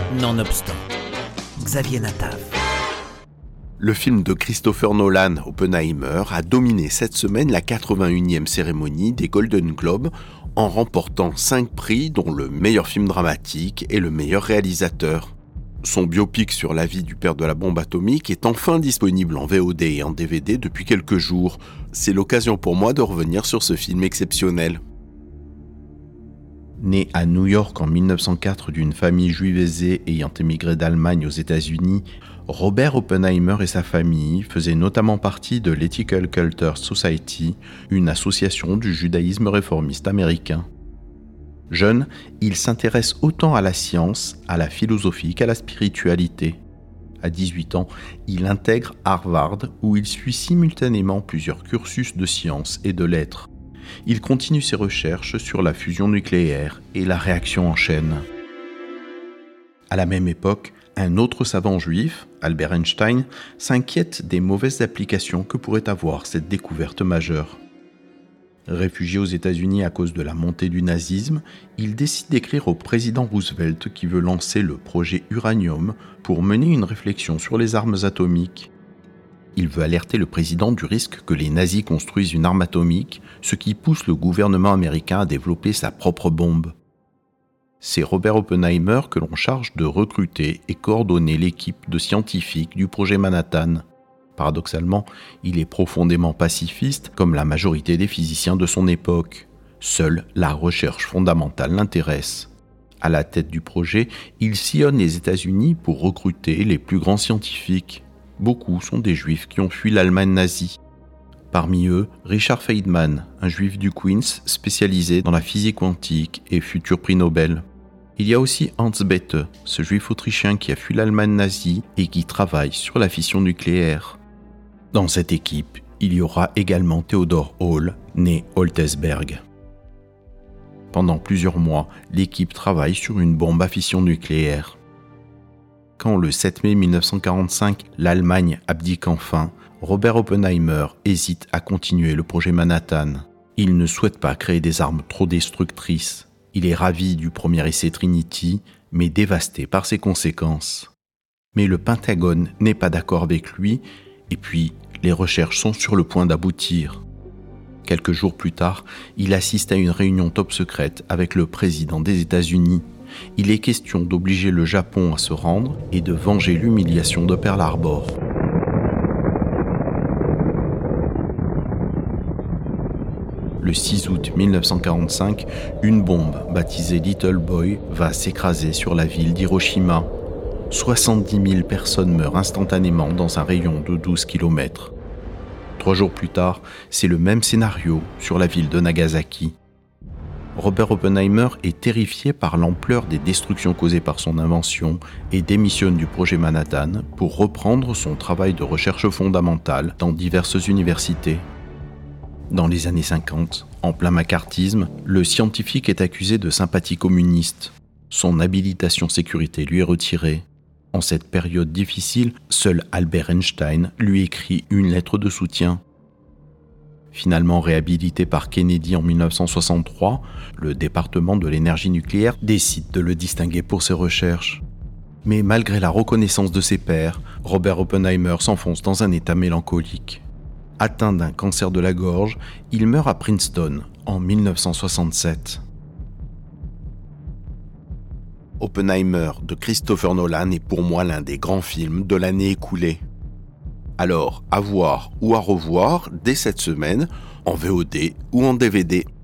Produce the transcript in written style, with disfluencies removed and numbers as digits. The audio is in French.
Nonobstant, Xavier Natav. Le film de Christopher Nolan, Oppenheimer, a dominé cette semaine la 81e cérémonie des Golden Globes en remportant 5 prix dont le meilleur film dramatique et le meilleur réalisateur. Son biopic sur la vie du père de la bombe atomique est enfin disponible en VOD et en DVD depuis quelques jours. C'est l'occasion pour moi de revenir sur ce film exceptionnel. Né à New York en 1904 d'une famille juive aisée ayant émigré d'Allemagne aux États-Unis, Robert Oppenheimer et sa famille faisaient notamment partie de l'Ethical Culture Society, une association du judaïsme réformiste américain. Jeune, il s'intéresse autant à la science, à la philosophie qu'à la spiritualité. À 18 ans, il intègre Harvard où il suit simultanément plusieurs cursus de sciences et de lettres. Il continue ses recherches sur la fusion nucléaire et la réaction en chaîne. À la même époque, un autre savant juif, Albert Einstein, s'inquiète des mauvaises applications que pourrait avoir cette découverte majeure. Réfugié aux États-Unis à cause de la montée du nazisme, il décide d'écrire au président Roosevelt qui veut lancer le projet Uranium pour mener une réflexion sur les armes atomiques. Il veut alerter le président du risque que les nazis construisent une arme atomique, ce qui pousse le gouvernement américain à développer sa propre bombe. C'est Robert Oppenheimer que l'on charge de recruter et coordonner l'équipe de scientifiques du projet Manhattan. Paradoxalement, il est profondément pacifiste, comme la majorité des physiciens de son époque. Seule la recherche fondamentale l'intéresse. À la tête du projet, il sillonne les États-Unis pour recruter les plus grands scientifiques. Beaucoup sont des juifs qui ont fui l'Allemagne nazie. Parmi eux, Richard Feynman, un juif du Queens spécialisé dans la physique quantique et futur prix Nobel. Il y a aussi Hans Bethe, ce juif autrichien qui a fui l'Allemagne nazie et qui travaille sur la fission nucléaire. Dans cette équipe, il y aura également Theodor Hall, né Holtesberg. Pendant plusieurs mois, l'équipe travaille sur une bombe à fission nucléaire. Quand le 7 mai 1945, l'Allemagne abdique enfin, Robert Oppenheimer hésite à continuer le projet Manhattan. Il ne souhaite pas créer des armes trop destructrices. Il est ravi du premier essai Trinity, mais dévasté par ses conséquences. Mais le Pentagone n'est pas d'accord avec lui, et puis les recherches sont sur le point d'aboutir. Quelques jours plus tard, il assiste à une réunion top secrète avec le président des États-Unis. Il est question d'obliger le Japon à se rendre et de venger l'humiliation de Pearl Harbor. Le 6 août 1945, une bombe baptisée Little Boy va s'écraser sur la ville d'Hiroshima. 70 000 personnes meurent instantanément dans un rayon de 12 km. 3 jours plus tard, c'est le même scénario sur la ville de Nagasaki. Robert Oppenheimer est terrifié par l'ampleur des destructions causées par son invention et démissionne du projet Manhattan pour reprendre son travail de recherche fondamentale dans diverses universités. Dans les années 50, en plein macartisme, le scientifique est accusé de sympathie communiste. Son habilitation sécurité lui est retirée. En cette période difficile, seul Albert Einstein lui écrit une lettre de soutien. Finalement réhabilité par Kennedy en 1963, le département de l'énergie nucléaire décide de le distinguer pour ses recherches. Mais malgré la reconnaissance de ses pairs, Robert Oppenheimer s'enfonce dans un état mélancolique. Atteint d'un cancer de la gorge, il meurt à Princeton en 1967. Oppenheimer de Christopher Nolan est pour moi l'un des grands films de l'année écoulée. Alors, à voir ou à revoir dès cette semaine, en VOD ou en DVD.